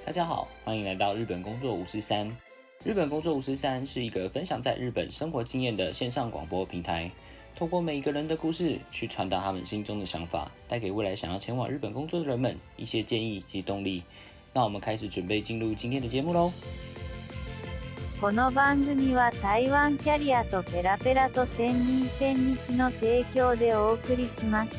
大家好，欢迎来到日本工作543。日本工作543是一个分享在日本生活经验的线上广播平台，透过每一个人的故事去传达他们心中的想法，带给未来想要前往日本工作的人们一些建议及动力。那我们开始准备进入今天的节目咯。 この番組は台湾キャリアとペラペラと千人千日の提供でお送りします。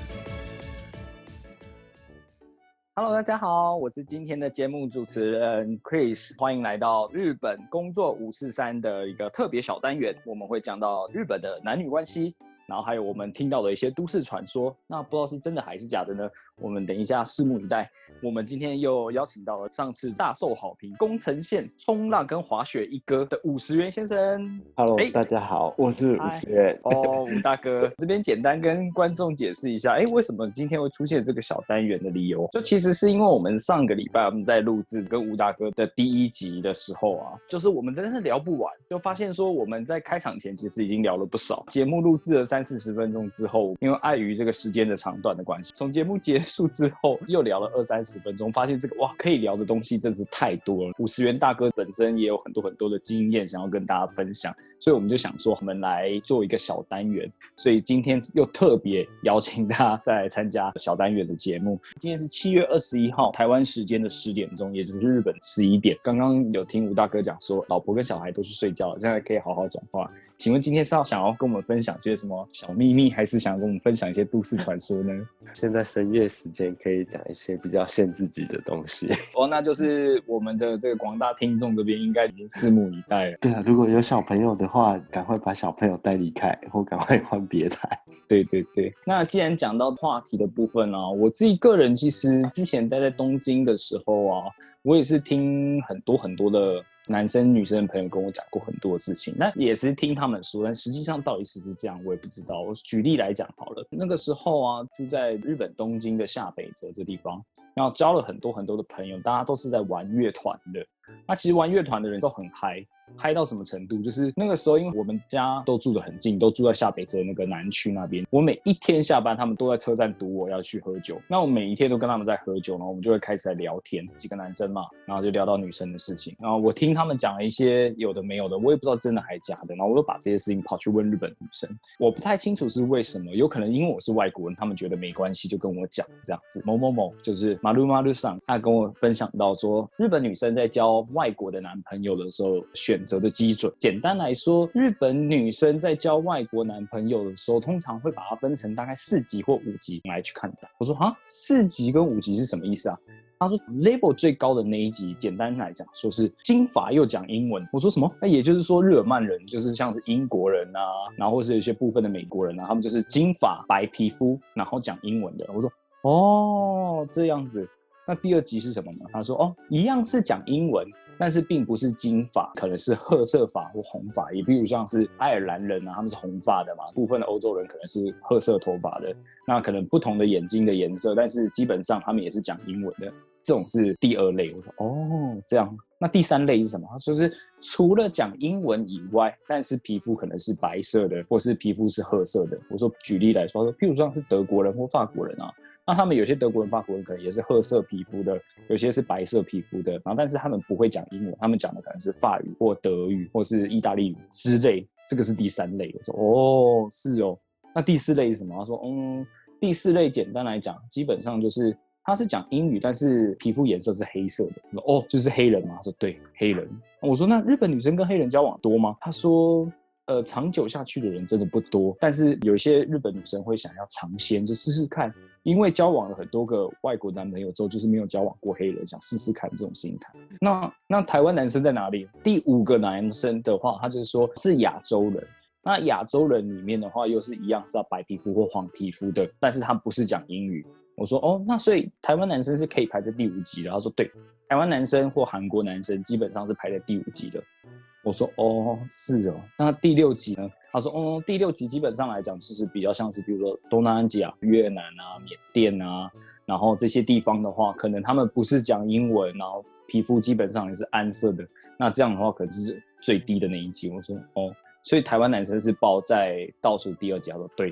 Hello， 大家好，我是今天的节目主持人 Chris， 欢迎来到日本工作543的一个特别小单元，我们会讲到日本的男女关系，然后还有我们听到的一些都市传说，那不知道是真的还是假的呢？我们等一下拭目以待。我们今天又邀请到了上次大受好评宫城县冲浪跟滑雪一哥的50元先生。 Hello，大家好，我是50元。 吴大哥，这边简单跟观众解释一下，为什么今天会出现这个小单元的理由？就其实是因为我们上个礼拜我们在录制跟吴大哥的第1集的时候啊，就是我们真的是聊不完，就发现说我们在开场前其实已经聊了不少，节目录制了30-40分钟之后，因为碍于这个时间的长短的关系，从节目结束之后又聊了20-30分钟，发现这个可以聊的东西真是太多了。50元大哥本身也有很多的经验想要跟大家分享，所以我们就想说我们来做一个小单元，所以今天又特别邀请大家再来参加小单元的节目。今天是7月21号台湾时间的10点钟，也就是日本11点。刚刚有听吴大哥讲说老婆跟小孩都去睡觉了，现在可以好好讲话。请问今天是想要跟我们分享些什么小秘密，还是想要跟我们分享一些都市传说呢？ 现在深夜时间可以讲一些比较限自己的东西。 那就是我们的这个广大听众这边应该已经拭目以待了。 对啊，如果有小朋友的话，赶快把小朋友带离开，或赶快换别台。 对，那既然讲到话题的部分啊，我自己个人其实之前在东京的时候啊，我也是听很多的男生女生的朋友跟我讲过很多的事情，那也是听他们说，但实际上到底是不是这样我也不知道。我举例来讲好了，那个时候啊，住在日本东京的下北泽这地方，然后交了很多的朋友，大家都是在玩乐团的。那其实玩乐团的人都很嗨到什么程度，就是那个时候因为我们家都住得很近，都住在下北泽那个南区那边，我每一天下班他们都在车站堵我要去喝酒，那我每一天都跟他们在喝酒，然后我们就会开始来聊天，几个男生嘛，然后就聊到女生的事情，然后我听他们讲了一些有的没有的，我也不知道真的还假的，然后我就把这些事情跑去问日本女生，我不太清楚是为什么，有可能因为我是外国人，他们觉得没关系就跟我讲这样子。某某某就是马路上，他跟我分享到说，日本女生在交外国的男朋友的时候选择的基准，简单来说，日本女生在交外国男朋友的时候，通常会把它分成大概4级或5级来去看待。我说4级跟5级是什么意思啊？他说 level 最高的那一级，简单来讲说是金发又讲英文。我说什么？那也就是说日耳曼人就是像是英国人啊，然后或是有一些部分的美国人啊，他们就是金发白皮肤，然后讲英文的。我说这样子。那第2级是什么呢？他说一样是讲英文，但是并不是金发，可能是褐色发或红发，也比如像是爱尔兰人啊，他们是红发的嘛，部分的欧洲人可能是褐色头发的，那可能不同的眼睛的颜色，但是基本上他们也是讲英文的，这种是第2类。我说这样。那第3类是什么？就是除了讲英文以外，但是皮肤可能是白色的，或是皮肤是褐色的。我说举例来说，譬如像是德国人或法国人啊，那他们有些德国人、法国人可能也是褐色皮肤的，有些是白色皮肤的，然后但是他们不会讲英文，他们讲的可能是法语或德语或是意大利语之类，这个是第3类。我说是哦。那第4类是什么？他说第4类简单来讲，基本上就是他是讲英语，但是皮肤颜色是黑色的。我说就是黑人吗？他说对，黑人。我说那日本女生跟黑人交往多吗？他说长久下去的人真的不多，但是有一些日本女生会想要尝鲜，就试试看，因为交往了很多个外国男朋友之后，就是没有交往过黑人，想试试看这种心态。那台湾男生在哪里？第5个男生的话，他就是说是亚洲人。那亚洲人里面的话，又是一样是要白皮肤或黄皮肤的，但是他不是讲英语。我说那所以台湾男生是可以排在第5级的。他说对，台湾男生或韩国男生基本上是排在第5级的。我说是哦。那第6级呢？他说第6级基本上来讲就是比较像是比如说东南亚、越南啊、缅甸啊，然后这些地方的话，可能他们不是讲英文，然后皮肤基本上也是暗色的，那这样的话可能是最低的那一级。我说所以台湾男生是报在倒数第2级。他说对。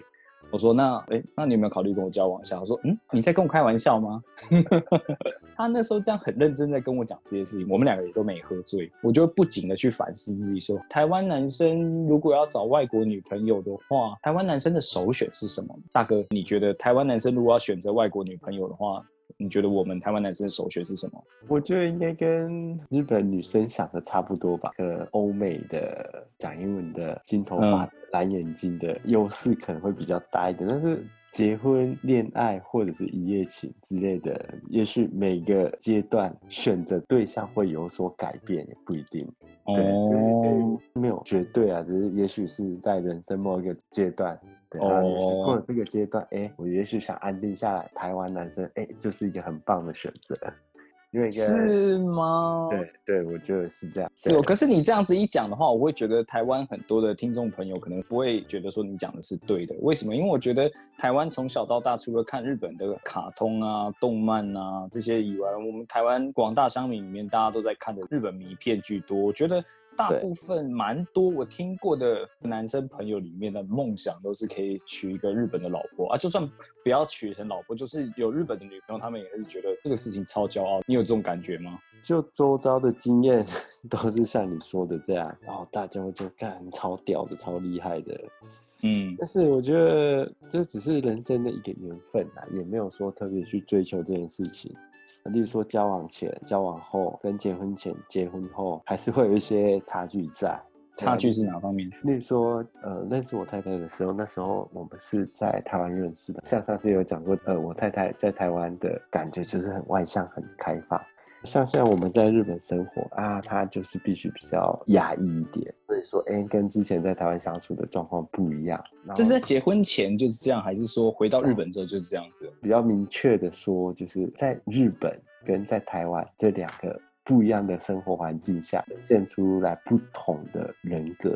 我说那你有没有考虑跟我交往一下？我说你在跟我开玩笑吗？他那时候这样很认真在跟我讲这些事情，我们两个也都没喝醉，我就不仅的去反思自己说，台湾男生如果要找外国女朋友的话，台湾男生的首选是什么？大哥，你觉得台湾男生如果要选择外国女朋友的话，你觉得我们台湾男生的首选是什么？ 我觉得应该跟日本女生想的差不多吧。欧美的讲英文的金头发、蓝眼睛的优势可能会比较大一点，但是结婚、恋爱或者是一夜情之类的，也许每个阶段选择对象会有所改变，也不一定。对，所以没有绝对啊，只是也许是在人生某一个阶段，对，然后也许过了这个阶段，我也许想安定下来，台湾男生，就是一个很棒的选择。因为是吗？ 对，我觉得是这样。 是可是你这样子一讲的话，我会觉得台湾很多的听众朋友可能不会觉得说你讲的是对的。为什么？因为我觉得台湾从小到大，除了看日本的卡通啊、动漫啊这些以外，我们台湾广大乡民里面，大家都在看的日本迷片居多。我觉得大部分蛮多我听过的男生朋友里面的梦想都是可以娶一个日本的老婆啊，就算不要娶成老婆，就是有日本的女朋友，他们也是觉得这个事情超骄傲。你有这种感觉吗？ 就周遭的经验都是像你说的这样，然后大家会就干超屌的、超厉害的。但是我觉得这只是人生的一个缘分啊，也没有说特别去追求这件事情。例如说交往前、交往后跟结婚前、结婚后，还是会有一些差距在。 差距是哪方面？ 例如说，认识我太太的时候，那时候我们是在台湾认识的。像上次有讲过，我太太在台湾的感觉就是很外向、很开放。像我们在日本生活啊，她就是必须比较压抑一点，所以说，跟之前在台湾相处的状况不一样。 就是在结婚前就是这样，还是说回到日本之后就是这样子？ 比较明确的说，就是在日本跟在台湾这两个不一样的生活环境下，呈现出来不同的人格。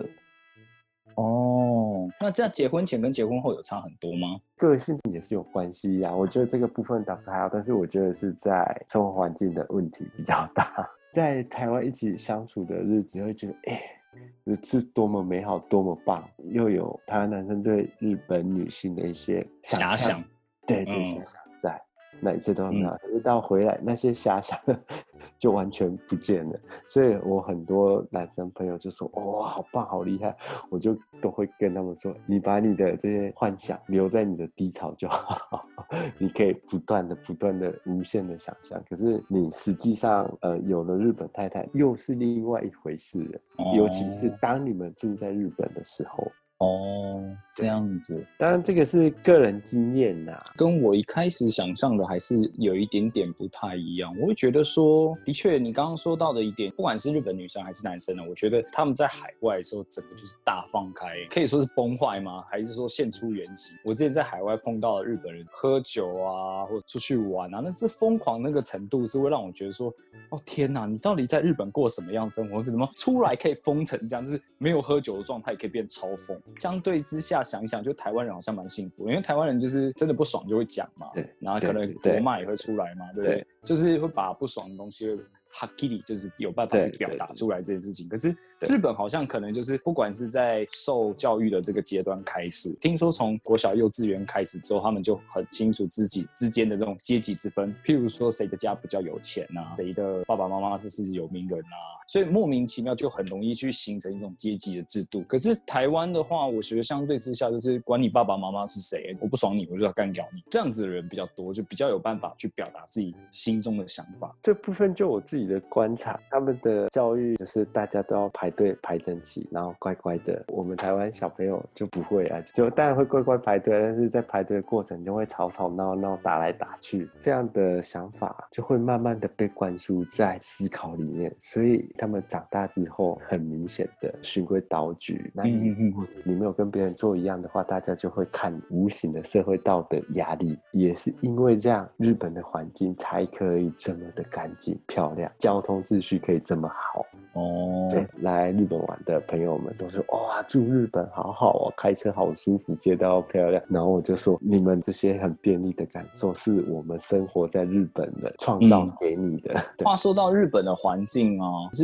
那这样结婚前跟结婚后有差很多吗？ 个性也是有关系呀，我觉得这个部分倒是还好，但是我觉得是在生活环境的问题比较大。在台湾一起相处的日子，会觉得是多么美好，多么棒，又有台湾男生对日本女性的一些遐想，对遐想在。那一切都很好，可是到回来那些遐想就完全不见了。所以我很多男生朋友就说：“哇，好棒，好厉害！”我就都会跟他们说：“你把你的这些幻想留在你的低潮就好，你可以不断的、无限的想象。可是你实际上，有了日本太太，又是另外一回事了。尤其是当你们住在日本的时候。” 这样子， 当然这个是个人经验啦， 跟我一开始想象的还是有一点点不太一样。我会觉得说，的确你刚刚说到的一点，不管是日本女生还是男生呢，我觉得他们在海外的时候整个就是大放开，可以说是崩坏吗？还是说现出原形？我之前在海外碰到的日本人喝酒啊，或者出去玩啊，那是疯狂那个程度，是会让我觉得说，天哪，你到底在日本过什么样的生活？怎么出来可以疯成这样？就是没有喝酒的状态可以变超疯。相对之下想一想，就台湾人好像蛮幸福，因为台湾人就是真的不爽就会讲嘛，然后可能国骂也会出来嘛，对不对？就是会把不爽的东西哈基里就是有办法去表达出来这件事情。可是日本好像可能就是不管是在受教育的这个阶段开始，听说从国小幼稚园开始之后，他们就很清楚自己之间的这种阶级之分，譬如说谁的家比较有钱啊，谁的爸爸妈妈是有名人啊，所以莫名其妙就很容易去形成一种阶级的制度。可是台湾的话，我觉得相对之下就是管你爸爸妈妈是谁，我不爽你我就要干掉你，这样子的人比较多，就比较有办法去表达自己心中的想法。 这部分就我自己的观察，他们的教育就是大家都要排队排整齐，然后乖乖的。我们台湾小朋友就不会啊，就当然会乖乖排队，但是在排队的过程就会吵吵闹闹，打来打去，这样的想法就会慢慢的被灌输在思考里面，所以他们长大之后很明显的循规蹈矩。那你没有跟别人做一样的话，大家就会看无形的社会道德压力。也是因为这样，日本的环境才可以这么的干净漂亮，交通秩序可以这么好。对，来日本玩的朋友们都说哇，住日本好好哦，开车好舒服，街道漂亮。然后我就说，你们这些很便利的感受是我们生活在日本的创造给你的。 话说到日本的环境啊，是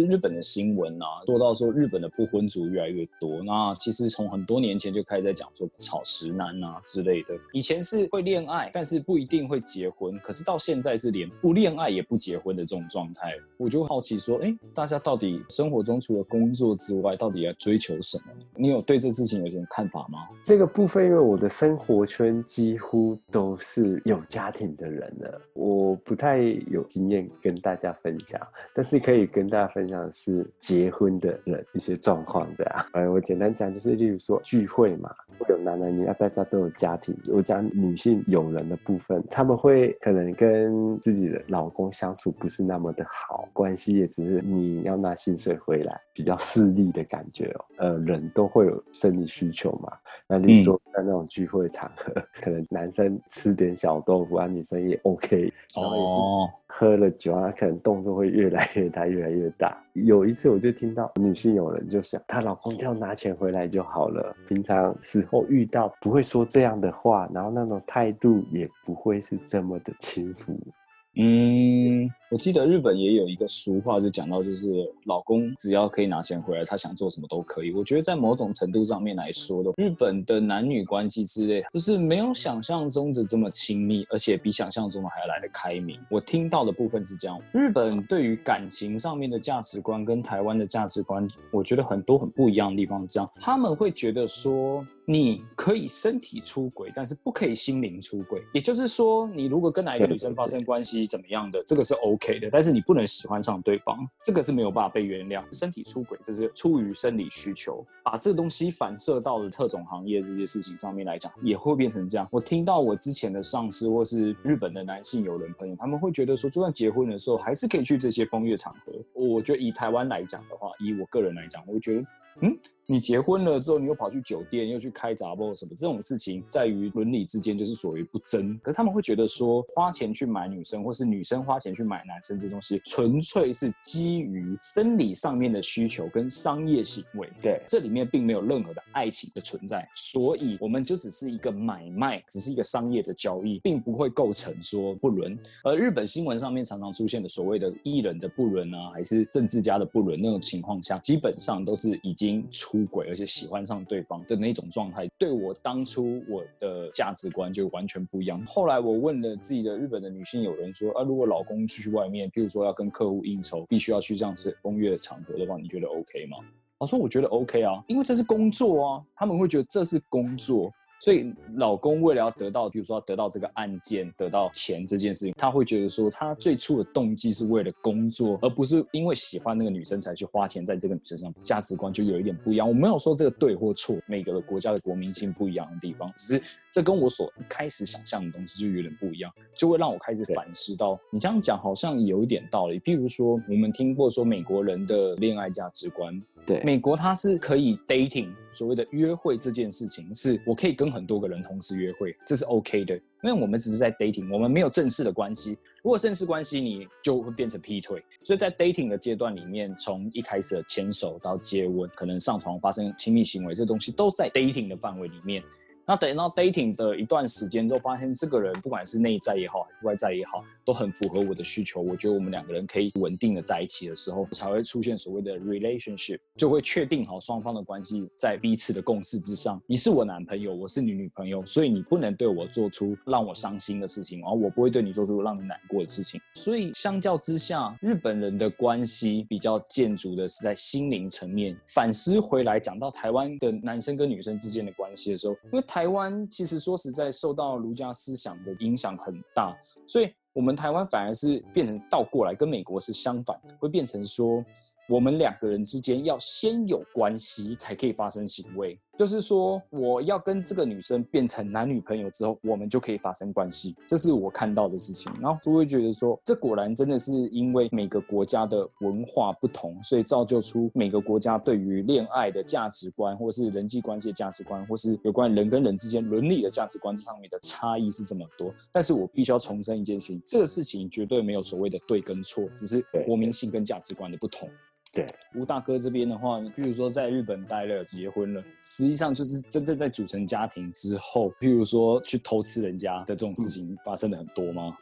是日本的新闻啊，说到说日本的不婚族越来越多。那其实从很多年前就开始在讲说草食男啊之类的。以前是会恋爱，但是不一定会结婚，可是到现在是连不恋爱也不结婚的这种状态。我就好奇说，大家到底生活中除了工作之外，到底要追求什么？你有对这事情有点看法吗？ 这个部分，因为我的生活圈几乎都是有家庭的人了，我不太有经验跟大家分享，但是可以跟大家分享的是结婚的人一些状况这样。我简单讲就是，例如说聚会嘛，会有男男女女，大家都有家庭。我讲女性友人的部分，他们会可能跟自己的老公相处不是那么的好，关系也只是你要拿薪水回来，比较势利的感觉哦。人都会有生理需求嘛。那例如说在那种聚会场合，可能男生吃点小豆腐啊，女生也 OK， 然后也是喝了酒啊，可能动作会越来越大，越来越大。有一次我就听到女性有人就想，她老公只要拿钱回来就好了，平常时候遇到不会说这样的话，然后那种态度也不会是这么的轻浮。 我记得日本也有一个俗话，就讲到就是老公只要可以拿钱回来，他想做什么都可以。我觉得在某种程度上面来说的，日本的男女关系之类，就是没有想象中的这么亲密，而且比想象中的还要来得开明。我听到的部分是这样，日本对于感情上面的价值观跟台湾的价值观，我觉得很多很不一样的地方是这样，他们会觉得说，你可以身体出轨，但是不可以心灵出轨。也就是说，你如果跟哪一个女生发生关系怎么样的，这个是 OK 的，但是你不能喜欢上对方，这个是没有办法被原谅。身体出轨这是出于生理需求，把这个东西反射到了特种行业这些事情上面来讲，也会变成这样。我听到我之前的上司或是日本的男性友人朋友，他们会觉得说，就算结婚的时候，还是可以去这些风月场合。我觉得以台湾来讲的话，以我个人来讲，我会觉得，你结婚了之后，你又跑去酒店，又去开杂包什么，这种事情在于伦理之间就是所谓不真。可是他们会觉得说，花钱去买女生，或是女生花钱去买男生，这东西纯粹是基于生理上面的需求跟商业行为。 对， 这里面并没有任何的爱情的存在，所以我们就只是一个买卖，只是一个商业的交易，并不会构成说不伦。而日本新闻上面常常出现的所谓的艺人的不伦啊，还是政治家的不伦那种情况下，基本上都是已经出轨，而且喜欢上对方的那种状态。对我当初我的价值观就完全不一样。后来我问了自己的日本的女性友人说，如果老公去外面，譬如说要跟客户应酬，必须要去这样子风月场合的话，你觉得 OK 吗？我说我觉得 OK 啊，因为这是工作啊，他们会觉得这是工作。所以老公为了要得到，比如说要得到这个案件，得到钱这件事情，他会觉得说他最初的动机是为了工作，而不是因为喜欢那个女生才去花钱在这个女生上。价值观就有一点不一样。我没有说这个对或错，每个国家的国民性不一样的地方，只是这跟我所开始想象的东西就有点不一样，就会让我开始反思到，你这样讲好像有一点道理。譬如说，我们听过说美国人的恋爱价值观。 对， 美国它是可以 dating， 所谓的约会这件事情，是我可以跟很多个人同时约会，这是 OK 的，因为我们只是在 dating， 我们没有正式的关系。如果正式关系，你就会变成劈腿。所以在 dating 的阶段里面，从一开始的牵手到接吻，可能上床发生亲密行为，这东西都在 dating 的范围里面。那等到 dating 的一段时间之后，发现这个人不管是内在也好，还是外在也好，都很符合我的需求。我觉得我们两个人可以稳定的在一起的时候，才会出现所谓的 relationship， 就会确定好双方的关系在彼此的共识之上。你是我男朋友，我是你女朋友，所以你不能对我做出让我伤心的事情，然后我不会对你做出让你难过的事情。所以相较之下，日本人的关系比较建筑的是在心灵层面。反思回来讲到台湾的男生跟女生之间的关系的时候，因为台湾其实说实在受到儒家思想的影响很大，所以我们台湾反而是变成倒过来，跟美国是相反，会变成说我们两个人之间要先有关系才可以发生行为。就是说我要跟这个女生变成男女朋友之后，我们就可以发生关系，这是我看到的事情。然后就会觉得说，这果然真的是因为每个国家的文化不同，所以造就出每个国家对于恋爱的价值观，或是人际关系的价值观，或是有关人跟人之间伦理的价值观上面的差异是这么多。但是我必须要重申一件事情，这个事情绝对没有所谓的对跟错，只是国民性跟价值观的不同。 对， 吴大哥这边的话，譬如说在日本待了结婚了，实际上就是真正在组成家庭之后，譬如说去偷吃人家的这种事情发生的很多吗？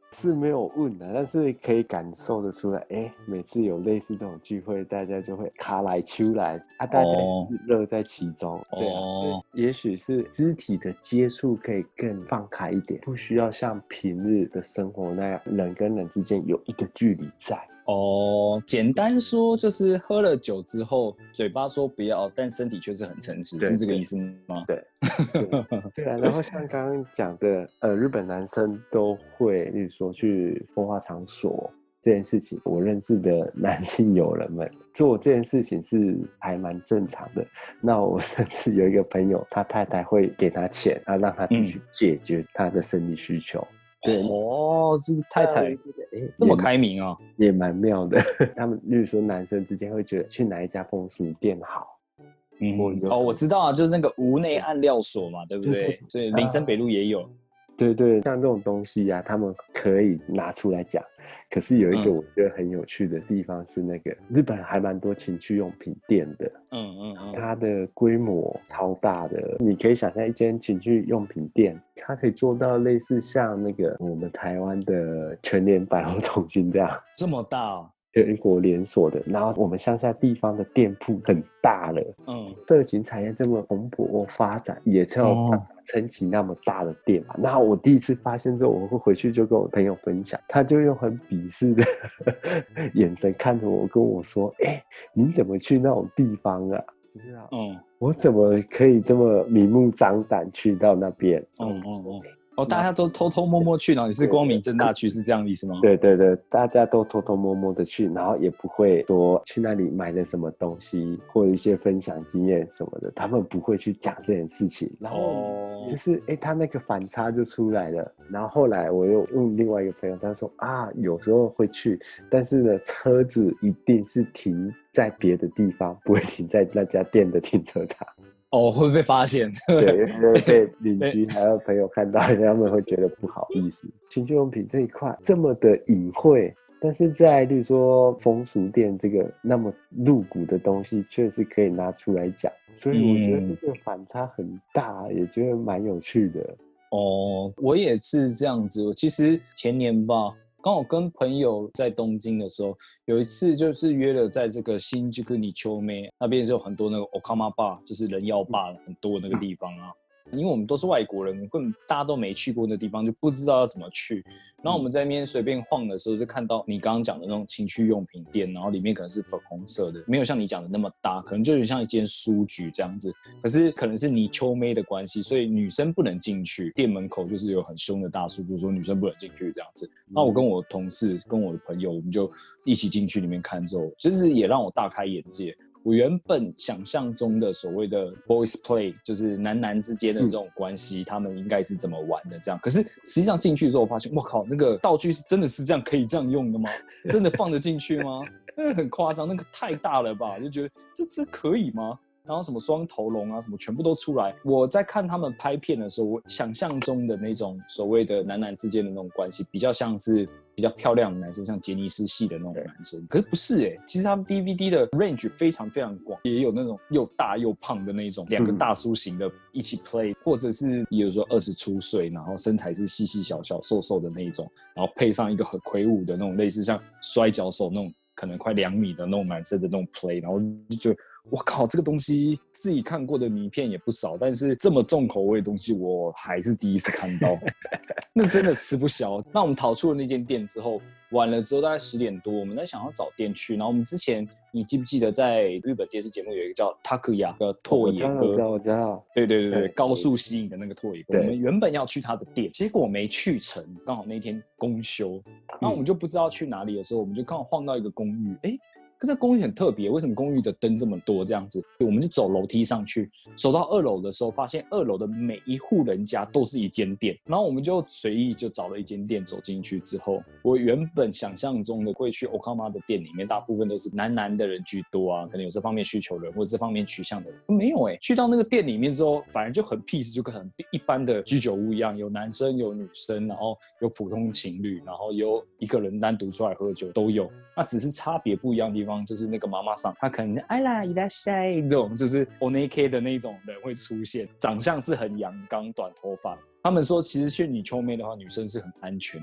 是没有问的，但是可以感受得出来，每次有类似这种聚会，大家就会卡来秋来啊，大家乐在其中。对啊，所以也许是肢体的接触可以更放开一点，不需要像平日的生活那样，人跟人之间有一个距离在。 简单说就是喝了酒之后，嘴巴说不要，但身体却是很诚实，是这个意思吗？ 对，对啊。然后像刚刚讲的，日本男生都会，例如说去风化场所这件事情，我认识的男性友人们做这件事情是还蛮正常的。那我甚至有一个朋友，他太太会给他钱，让他自己去解决他的生理需求。对这个太太这么开明啊， 也蛮妙的。他们例如说男生之间会觉得去哪一家风俗店好。 我知道啊，就是那个屋内按料所嘛，对不对？所以林森北路也有。 对对，像这种东西啊，他们可以拿出来讲。可是有一个我觉得很有趣的地方是，那个日本还蛮多情趣用品店的，它的规模超大的，你可以想象一间情趣用品店，它可以做到类似像那个我们台湾的全联百货中心这样， 这么大哦。 全国连锁的，然后我们乡下地方的店铺很大了，色情产业这么蓬勃发展，也才有办法撑起那么大的店嘛。然后我第一次发现之后，我会回去就跟我朋友分享，他就用很鄙视的眼神看着我，跟我说：“你怎么去那种地方啊？就是啊，我怎么可以这么明目张胆去到那边？” 大家都偷偷摸摸去，然后你是光明正大去，是这样的意思吗？ 对对对，大家都偷偷摸摸的去，然后也不会说去那里买了什么东西，或者一些分享经验什么的，他们不会去讲这件事情。然后就是他那个反差就出来了。然后后来我又问另外一个朋友，他说有时候会去，但是呢，车子一定是停在别的地方，不会停在那家店的停车场。 会被发现。 对，会被邻居还有朋友看到，他们会觉得不好意思。情趣用品这一块这么的隐晦，但是在例如说风俗店这个那么露骨的东西，确实可以拿出来讲。所以我觉得这个反差很大，也觉得蛮有趣的。 我也是这样子。我其实前年吧，刚好跟朋友在东京的时候，有一次就是约了在这个新宿尼秋妹那边，就有很多那个 Okama bar， 就是人妖bar很多那个地方啊。因为我们都是外国人，根本大家都没去过那地方，就不知道要怎么去。然后我们在那边随便晃的时候，就看到你刚刚讲的那种情趣用品店，然后里面可能是粉红色的，没有像你讲的那么大，可能就像一间书局这样子。可是可能是你秋妹的关系，所以女生不能进去，店门口就是有很凶的大叔，就说女生不能进去这样子。那我跟我同事跟我的朋友，我们就一起进去里面看之后，其实也让我大开眼界。我原本想象中的所谓的 boys play， 就是男男之间的这种关系，他们应该是怎么玩的这样。可是实际上进去之后，我发现，我靠，那个道具是真的是这样可以这样用的吗？真的放得进去吗？那个很夸张，那个太大了吧？就觉得这可以吗？然后什么双头龙啊，什么全部都出来。我在看他们拍片的时候，我想象中的那种所谓的男男之间的那种关系，比较像是比较漂亮的男生，像杰尼斯系的那种男生。可是不是其实他们 DVD 的 range 非常非常广，也有那种又大又胖的那种两个大叔型的一起 play，或者是也有说20出岁，然后身材是细细小小瘦瘦的那一种，然后配上一个很魁梧的那种类似像摔跤手那种可能快2米的那种男生的那种 play， 然后就觉得我靠，这个东西自己看过的迷片也不少，但是这么重口味的东西我还是第一次看到。那真的吃不消。那我们逃出了那间店之后，晚了之后大概10点多，我们在想要找店去。然后我们之前，你记不记得在日本电视节目有一个叫 Takuya 的拓野哥？ 我知道。 对，高速吸引的那个拓野哥。我们原本要去他的店，结果没去成，刚好那天公休。然后我们就不知道去哪里的时候，我们就刚好晃到一个公寓，可那公寓很特别，为什么公寓的灯这么多这样子？我们就走楼梯上去，走到2楼的时候，发现2楼的每一户人家都是一间店，然后我们就随意就找了一间店，走进去之后，我原本想象中的会去 Okama 的店里面，大部分都是男的人居多啊，可能有这方面需求的人或者这方面取向的人，没有去到那个店里面之后，反而就很 peace， 就跟很一般的居酒屋一样，有男生有女生，然后有普通情侣，然后有一个人单独出来喝酒都有，那只是差别不一样的地方。就是那个妈妈桑，她可能哎啦いらっしゃい这种，就是 ONK 的那种人会出现，长相是很阳刚，短头发。他们说，其实去女秋妹的话，女生是很安全的，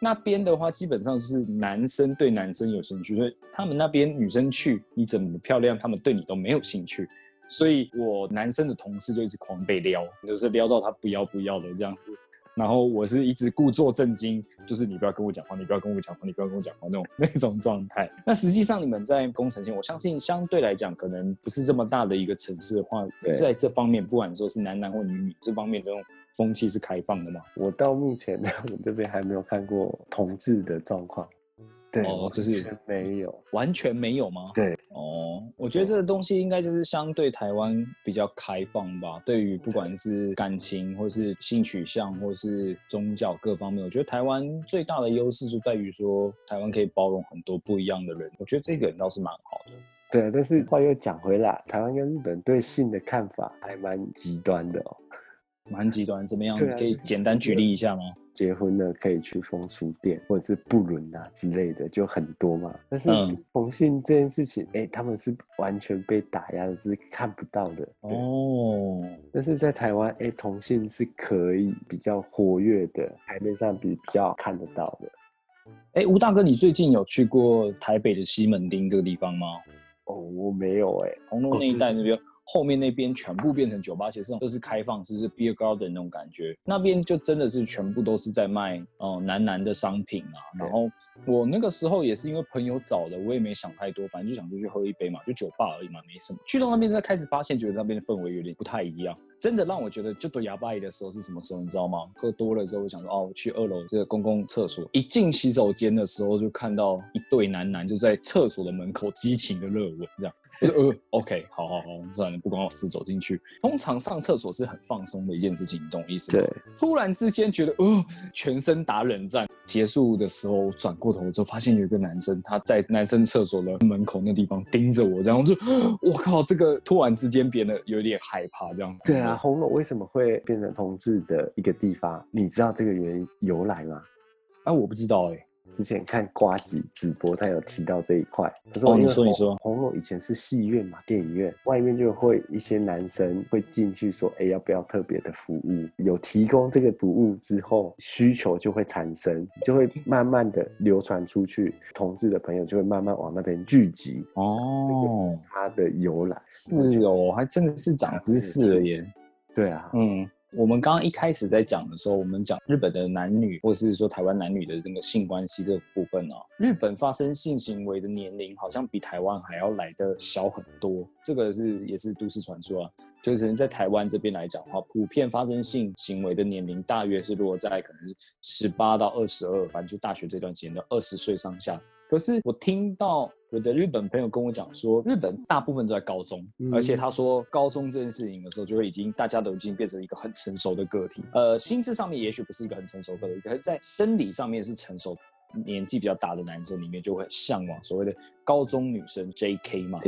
那边的话基本上是男生对男生有兴趣，所以他们那边女生去你怎么漂亮他们对你都没有兴趣，所以我男生的同事就一直狂被撩，就是撩到他不要不要的这样子，然后我是一直故作震惊，就是你不要跟我讲话，你不要跟我讲话，你不要跟我讲话那种状态。那实际上你们在宫城县，我相信相对来讲可能不是这么大的一个城市的话，在这方面不管说是男男或女女这方面的这种风气是开放的吗？ 我到目前我这边还没有看过同志的状况。对， 就是完全没有， 完全没有吗？ 对， 我觉得这个东西应该就是相对台湾比较开放吧，对于不管是感情或是性取向或是宗教各方面，我觉得台湾最大的优势就在于说台湾可以包容很多不一样的人，我觉得这个倒是蛮好的。 对，但是话又讲回来，台湾跟日本对性的看法还蛮极端的哦。 蛮极端，怎么样？可以简单举例一下吗？ 结婚了可以去风俗店或者是不伦啊之类的，就很多嘛。但是同性这件事情，他们是完全被打压的，是看不到的。哦，但是在台湾，同性是可以比较活跃的，台面上比较看得到的。 吴大哥，你最近有去过台北的西门町这个地方吗？ 我没有红楼那一带那边。后面那边全部变成酒吧，而且都是开放式，是 beer garden 那种感觉。那边就真的是全部都是在卖男的商品啊。然后我那个时候也是因为朋友找的，我也没想太多，反正就想出去喝一杯嘛，就酒吧而已嘛，没什么。去到那边再开始发现，觉得那边的氛围有点不太一样。真的让我觉得就对哑巴的时候是什么时候，你知道吗？喝多了之后，我想说我去2楼这个公共厕所，一进洗手间的时候就看到一对男就在厕所的门口激情的热吻，这样。OK， 好，算了，不关我事，走进去。通常上厕所是很放松的一件事情，你懂我意思吗？ 对。 突然之间觉得，全身打冷战。结束的时候，转过头之后，发现有一个男生，他在男生厕所的门口那地方盯着我，这样我就，我靠，这个突然之间变得有点害怕，这样。 对啊，红楼为什么会变成同志的一个地方？你知道这个原因由来吗？ 我不知道之前看呱吉直播，他有提到这一块。他说， 你说， 红楼以前是戏院嘛，电影院外面就会一些男生会进去说，要不要特别的服务？有提供这个服务之后，需求就会产生，就会慢慢的流传出去，同志的朋友就会慢慢往那边聚集。这个是它的由来。 是还真的是长知识了耶。 对啊， 我们刚刚一开始在讲的时候，我们讲日本的男女，或是说台湾男女的那个性关系这个部分日本发生性行为的年龄好像比台湾还要来得小很多，这个也是都市传说就是在台湾这边来讲的话，普遍发生性行为的年龄大约是落在可能是18到22，反正就大学这段时间的20岁上下。可是我听到我的日本朋友跟我讲说，日本大部分都在高中，而且他说高中这件事情的时候，就会大家都已经变成一个很成熟的个体。心智上面也许不是一个很成熟的个体，可是在生理上面是成熟。年纪比较大的男生里面就会向往所谓的高中女生 JK 嘛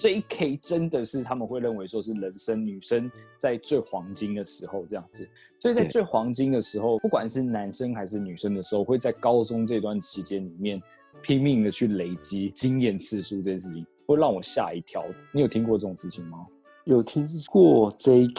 ，JK 真的是他们会认为说是人生女生在最黄金的时候这样子，所以在最黄金的时候，不管是男生还是女生的时候，会在高中这段期间里面拼命的去累积经验次数，这件事情会让我吓一跳。你有听过这种事情吗？ 有听过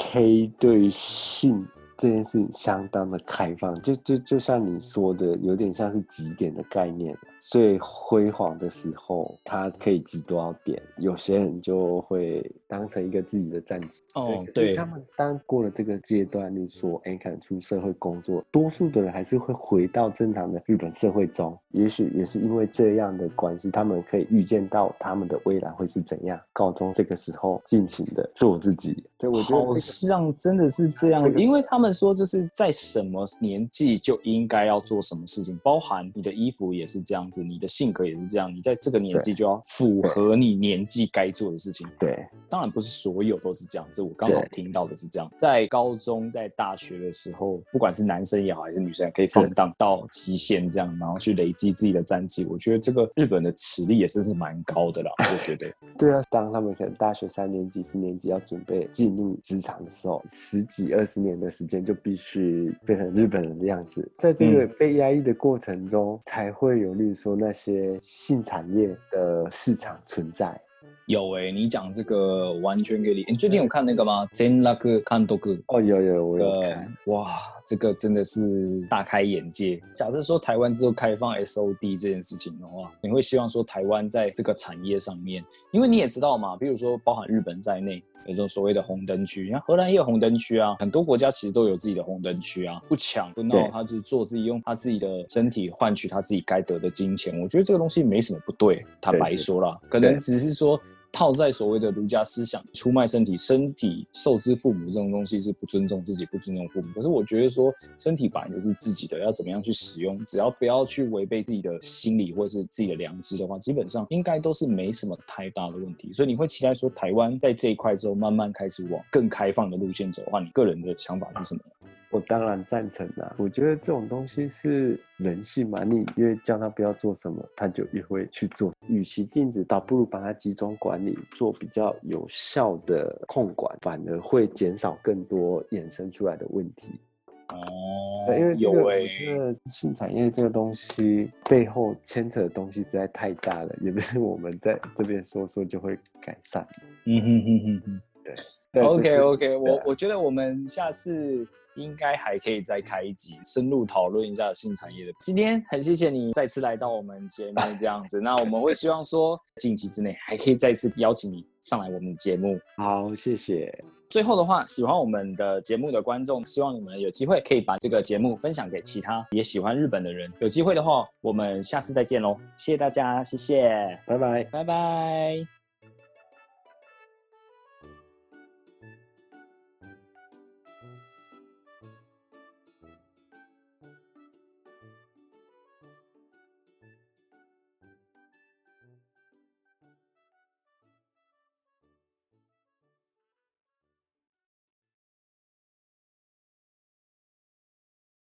JK 对性这件事相当的开放，就像你说的，有点像是极点的概念。最辉煌的时候，它可以集多少点？有些人就会当成一个自己的战绩。对，他们当过了这个阶段，例如说，可能出社会工作，多数的人还是会回到正常的日本社会中。也许也是因为这样的关系，他们可以预见到他们的未来会是怎样。高中这个时候尽情的做自己，对，我觉得好像真的是这样，因为他们说就是在什么年纪就应该要做什么事情，包含你的衣服也是这样子，你的性格也是这样，你在这个年纪就要符合你年纪该做的事情。 对， 当然不是所有都是这样子，我刚好听到的是这样。在高中、在大学的时候，不管是男生也好，还是女生，可以放荡到极限这样，然后去累积自己的战绩。我觉得这个日本的实力也是蛮高的啦，我觉得。 对啊，当他们可能大学3年级、4年级要准备进入职场的时候，10几20年的时间就必须变成日本人的样子。在这个被压抑的过程中，才会有例如说那些性产业的市场存在。 有你讲这个完全可以理解。你最近有看那个吗？全楽監督哦，有，我有看。 哇，这个真的是大开眼界。假设说台湾之后开放 SOD 这件事情的话，你会希望说台湾在这个产业上面，因为你也知道嘛，比如说包含日本在内，有这种所谓的红灯区，像荷兰也有红灯区啊，很多国家其实都有自己的红灯区啊，不抢不闹，他就是做自己，用他自己的身体换取他自己该得的金钱。我觉得这个东西没什么不对，坦白说啦，可能只是说套在所谓的儒家思想，出卖身体受之父母这种东西是不尊重自己，不尊重父母。可是我觉得说身体本来就是自己的，要怎么样去使用，只要不要去违背自己的心理或是自己的良知的话，基本上应该都是没什么太大的问题。所以你会期待说台湾在这一块之后慢慢开始往更开放的路线走的话，你个人的想法是什么？ 我当然赞成啦，我觉得这种东西是人性嘛，你越叫他不要做什么，他就越会去做。与其禁止，倒不如把它集中管理，做比较有效的控管，反而会减少更多衍生出来的问题。 哦， 因为这个我觉得性产业这个东西背后牵扯的东西实在太大了，也不是我们在这边说就会改善。对。 OK， 我觉得我们下次应该还可以再开一集，深入讨论一下性产业的。今天很谢谢你再次来到我们节目这样子，那我们会希望说近期之内还可以再次邀请你上来我们的节目。 好，谢谢。 最后的话，喜欢我们的节目的观众，希望你们有机会可以把这个节目分享给其他也喜欢日本的人。有机会的话，我们下次再见咯。谢谢大家，谢谢， 拜拜， 拜拜。